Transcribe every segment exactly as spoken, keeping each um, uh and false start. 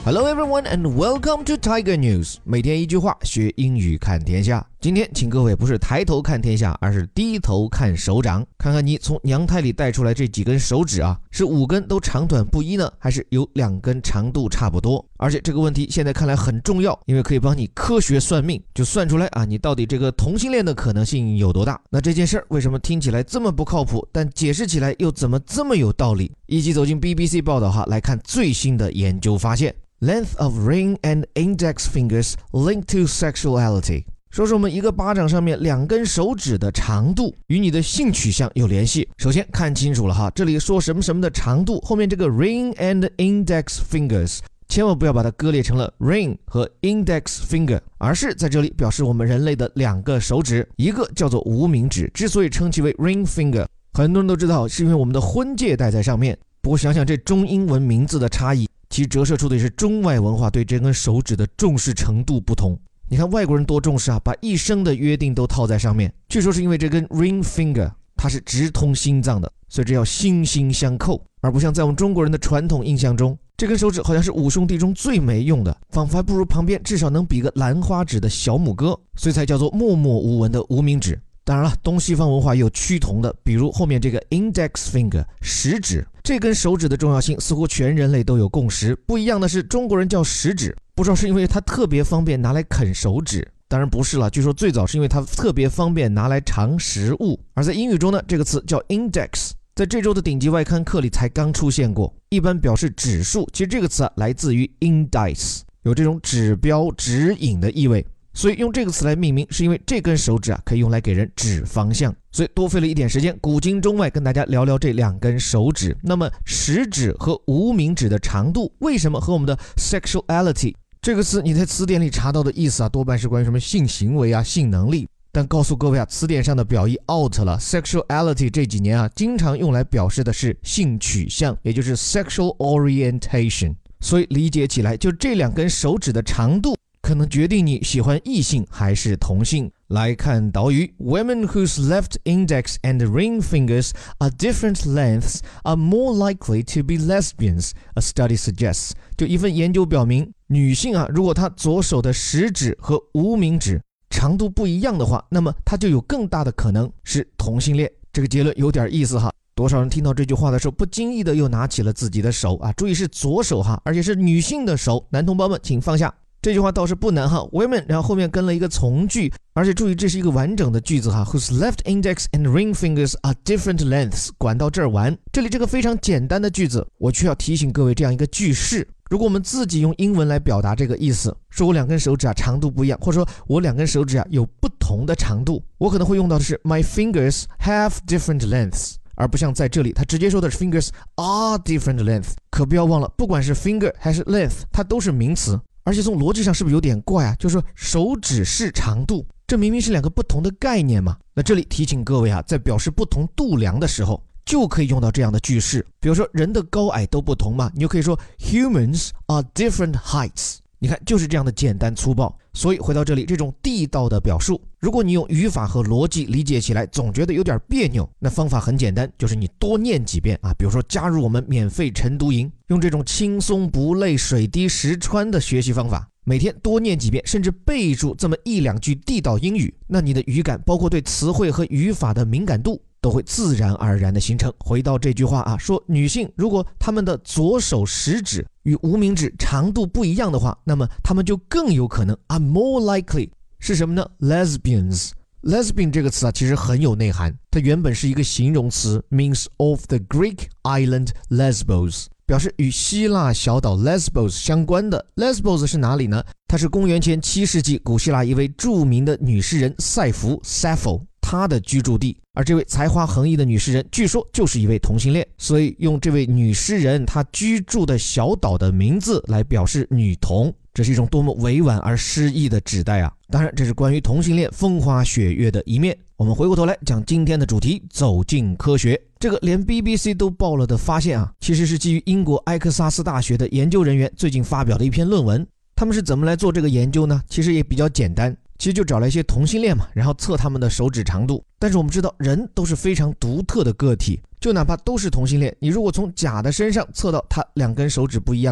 Hello everyone and welcome to Tiger News。 每天一句话，学英语看天下。今天请各位不是抬头看天下，而是低头看手掌，看看你从娘胎里带出来这几根手指啊，是五根都长短不一呢，还是有两根长度差不多？而且这个问题现在看来很重要，因为可以帮你科学算命，就算出来啊，你到底这个同性恋的可能性有多大？那这件事儿为什么听起来这么不靠谱，但解释起来又怎么这么有道理？一起走进 B B C 报道哈，来看最新的研究发现。Length of ring and index fingers linked to sexuality。 说说我们一个巴掌上面两根手指的长度与你的性取向有联系。首先看清楚了哈，这里说什么什么的长度，后面这个 ring and index fingers 千万不要把它割裂成了 ring 和 index finger， 而是在这里表示我们人类的两个手指，一个叫做无名指，之所以称其为 ring finger， 很多人都知道是因为我们的婚戒戴在上面。不过想想这中英文名字的差异，其折射出的是中外文化对这根手指的重视程度不同。你看外国人多重视啊，把一生的约定都套在上面。据说是因为这根 ring finger 它是直通心脏的，所以这要心心相扣，而不像在我们中国人的传统印象中，这根手指好像是五兄弟中最没用的，仿佛还不如旁边至少能比个兰花指的小拇哥，所以才叫做默默无闻的无名指。当然了，东西方文化也有趋同的，比如后面这个 index finger 食指，这根手指的重要性似乎全人类都有共识。不一样的是，中国人叫食指，不知道是因为它特别方便拿来啃手指，当然不是了，据说最早是因为它特别方便拿来尝食物。而在英语中呢，这个词叫 index， 在这周的顶级外刊课里才刚出现过，一般表示指数。其实这个词啊来自于 indice， 有这种指标指引的意味，所以用这个词来命名，是因为这根手指啊可以用来给人指方向。所以多费了一点时间，古今中外跟大家聊聊这两根手指。那么食指和无名指的长度为什么和我们的 sexuality 这个词你在词典里查到的意思啊，多半是关于什么性行为啊、性能力。但告诉各位啊，词典上的表意 out 了， sexuality 这几年啊经常用来表示的是性取向，也就是 sexual orientation。所以理解起来，就这两根手指的长度可能决定你喜欢异性还是同性。来看导语 Women whose left index and ring fingers are different lengths are more likely to be lesbians, a study suggests。 就一份研究表明，女性啊，如果她左手的食指和无名指长度不一样的话，那么她就有更大的可能是同性恋。这个结论有点意思哈。多少人听到这句话的时候，不经意的又拿起了自己的手啊，注意是左手哈，而且是女性的手。男同胞们请放下。这句话倒是不难哈 ，women， 然后后面跟了一个从句，而且注意这是一个完整的句子哈 ，whose left index and ring fingers are different lengths， 管到这儿完。这里这个非常简单的句子，我却要提醒各位这样一个句式。如果我们自己用英文来表达这个意思，说我两根手指啊长度不一样，或者说我两根手指啊有不同的长度，我可能会用到的是 my fingers have different lengths， 而不像在这里他直接说的是 fingers are different length。 可不要忘了，不管是 finger 还是 length， 它都是名词。而且从逻辑上是不是有点怪啊？就是说手指是长度，这明明是两个不同的概念嘛。那这里提醒各位啊，在表示不同度量的时候，就可以用到这样的句式。比如说人的高矮都不同嘛，你就可以说 humans are different heights。你看就是这样的简单粗暴。所以回到这里，这种地道的表述，如果你用语法和逻辑理解起来总觉得有点别扭，那方法很简单，就是你多念几遍啊。比如说加入我们免费晨读营，用这种轻松不累水滴石穿的学习方法，每天多念几遍，甚至背住这么一两句地道英语，那你的语感包括对词汇和语法的敏感度都会自然而然的形成。回到这句话啊，说女性如果她们的左手食指与无名指长度不一样的话，那么她们就更有可能 are more likely 是什么呢？ lesbians。 lesbian 这个词啊其实很有内涵，它原本是一个形容词 means of the Greek island Lesbos， 表示与希腊小岛 Lesbos 相关的。 Lesbos 是哪里呢？它是公元前七世纪古希腊一位著名的女诗人赛弗 Sappho 她的居住地，而这位才华横溢的女诗人据说就是一位同性恋，所以用这位女诗人她居住的小岛的名字来表示女同，这是一种多么委婉而诗意的指代啊！当然这是关于同性恋风花雪月的一面。我们回过头来讲今天的主题，走进科学。这个连 B B C 都报了的发现啊，其实是基于英国埃克萨斯大学的研究人员最近发表的一篇论文。他们是怎么来做这个研究呢？其实也比较简单，其实就找了一些同性恋嘛，然后测他们的手指长度。但是我们知道人都是非常独特的个体，就哪怕都是同性恋，你如果从甲的身上测到他两根手指不一样长，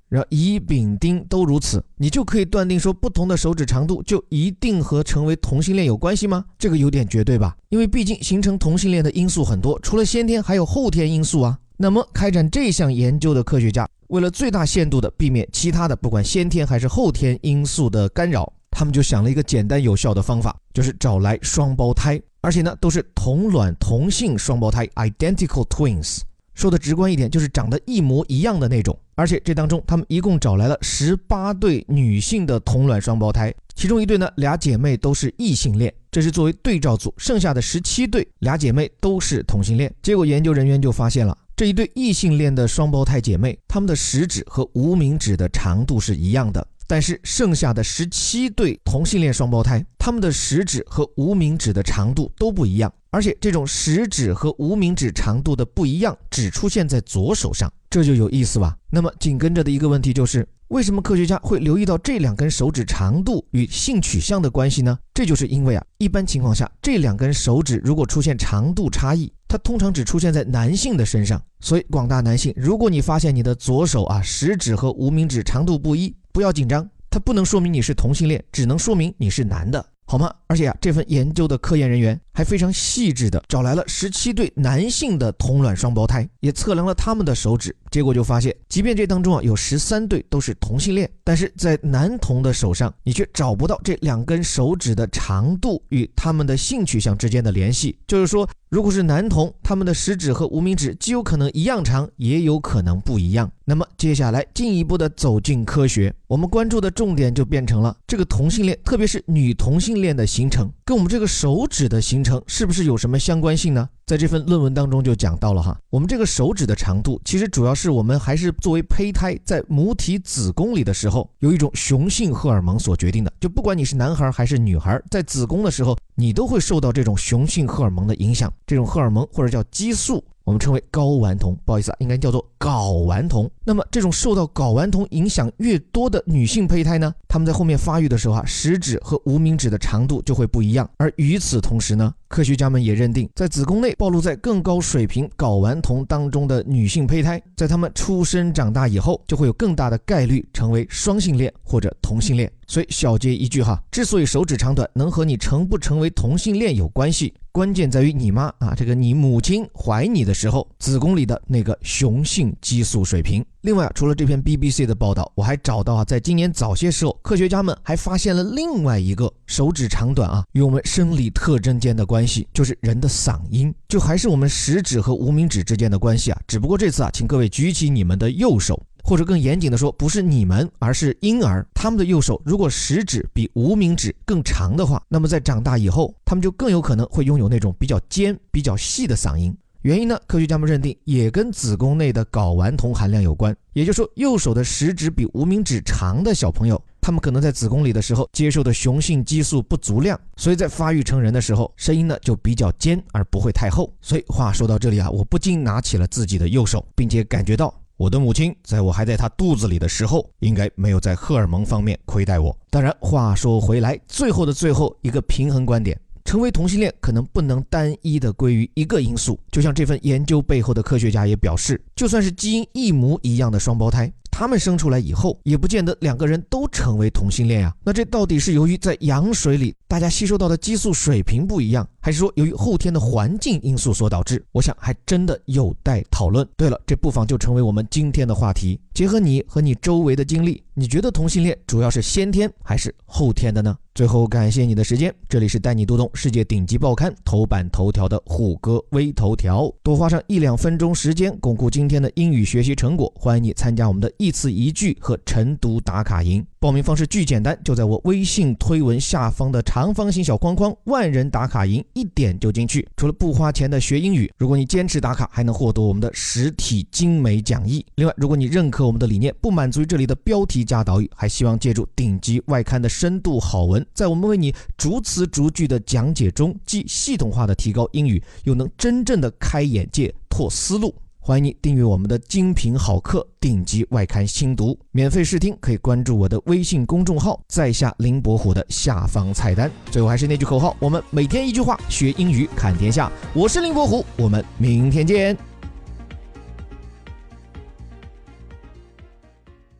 然后乙、丙、丁都如此，你就可以断定说不同的手指长度就一定和成为同性恋有关系吗？这个有点绝对吧，因为毕竟形成同性恋的因素很多，除了先天还有后天因素啊。那么开展这项研究的科学家，为了最大限度的避免其他的不管先天还是后天因素的干扰，他们就想了一个简单有效的方法，就是找来双胞胎，而且呢都是同卵同性双胞胎 identical twins， 说的直观一点就是长得一模一样的那种。而且这当中他们一共找来了十八对女性的同卵双胞胎，其中一对呢俩姐妹都是异性恋，这是作为对照组，剩下的十七对俩姐妹都是同性恋。结果研究人员就发现了，这一对异性恋的双胞胎姐妹，她们的食指和无名指的长度是一样的，但是剩下的十七对同性恋双胞胎，她们的食指和无名指的长度都不一样，而且这种食指和无名指长度的不一样只出现在左手上，这就有意思吧。那么紧跟着的一个问题就是，为什么科学家会留意到这两根手指长度与性取向的关系呢？这就是因为啊，一般情况下这两根手指如果出现长度差异，它通常只出现在男性的身上，所以广大男性，如果你发现你的左手啊食指和无名指长度不一，不要紧张，它不能说明你是同性恋，只能说明你是男的，好吗？而且啊，这份研究的科研人员还非常细致的找来了十七对男性的同卵双胞胎，也测量了他们的手指，结果就发现，即便这当中啊有十三对都是同性恋，但是在男童的手上，你却找不到这两根手指的长度与他们的性取向之间的联系。就是说，如果是男童，他们的食指和无名指既有可能一样长，也有可能不一样。那么接下来进一步的走进科学，我们关注的重点就变成了这个同性恋，特别是女同性恋的形成跟我们这个手指的形成是不是有什么相关性呢？在这份论文当中就讲到了哈，我们这个手指的长度其实主要是我们还是作为胚胎在母体子宫里的时候，有一种雄性荷尔蒙所决定的，就不管你是男孩还是女孩，在子宫的时候你都会受到这种雄性荷尔蒙的影响，这种荷尔蒙或者叫激素，我们称为睾丸酮，不好意思啊，应该叫做睾丸酮。那么这种受到睾丸酮影响越多的女性胚胎呢，她们在后面发育的时候啊，食指和无名指的长度就会不一样。而与此同时呢，科学家们也认定，在子宫内暴露在更高水平睾丸酮当中的女性胚胎，在她们出生长大以后，就会有更大的概率成为双性恋或者同性恋。所以小结一句哈，之所以手指长短能和你成不成为同性恋有关系，关键在于你妈啊，这个你母亲怀你的时候，子宫里的那个雄性激素水平。另外啊，除了这篇 B B C 的报道，我还找到啊，在今年早些时候，科学家们还发现了另外一个手指长短啊与我们生理特征间的关系，就是人的嗓音，就还是我们食指和无名指之间的关系啊。只不过这次啊，请各位举起你们的右手，或者更严谨的说，不是你们，而是婴儿，他们的右手如果食指比无名指更长的话，那么在长大以后，他们就更有可能会拥有那种比较尖、比较细的嗓音。原因呢，科学家们认定也跟子宫内的睾丸酮含量有关，也就是说，右手的食指比无名指长的小朋友，他们可能在子宫里的时候接受的雄性激素不足量，所以在发育成人的时候，声音呢就比较尖，而不会太厚。所以话说到这里啊，我不禁拿起了自己的右手，并且感觉到我的母亲在我还在她肚子里的时候，应该没有在荷尔蒙方面亏待我。当然话说回来，最后的最后一个平衡观点，成为同性恋可能不能单一的归于一个因素，就像这份研究背后的科学家也表示，就算是基因一模一样的双胞胎，他们生出来以后也不见得两个人都成为同性恋呀。那这到底是由于在羊水里大家吸收到的激素水平不一样，还是说由于后天的环境因素所导致？我想还真的有待讨论。对了，这不妨就成为我们今天的话题，结合你和你周围的经历，你觉得同性恋主要是先天还是后天的呢？最后感谢你的时间，这里是带你读懂世界顶级报刊头版头条的虎哥微头条，多花上一两分钟时间巩固今天的英语学习成果，欢迎你参加我们的一词一句和晨读打卡营。报名方式巨简单，就在我微信推文下方的长方形小框框，万人打卡营，一点就进去。除了不花钱的学英语，如果你坚持打卡，还能获得我们的实体精美讲义。另外，如果你认可我们的理念，不满足于这里的标题加导语，还希望借助顶级外刊的深度好文，在我们为你逐词逐句的讲解中，既系统化的提高英语，又能真正的开眼界、拓思路。欢迎你订阅我们的精品好课顶级外刊精读，免费试听可以关注我的微信公众号，在下林伯虎的下方菜单。最后还是那句口号，我们每天一句话，学英语看天下。我是林伯虎，我们明天见。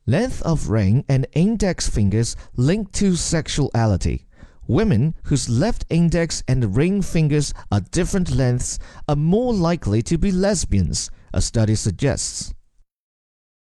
Length of ring and index fingers linked to sexuality. Women whose left index and ring fingers are different lengths are more likely to be lesbians, a study suggests.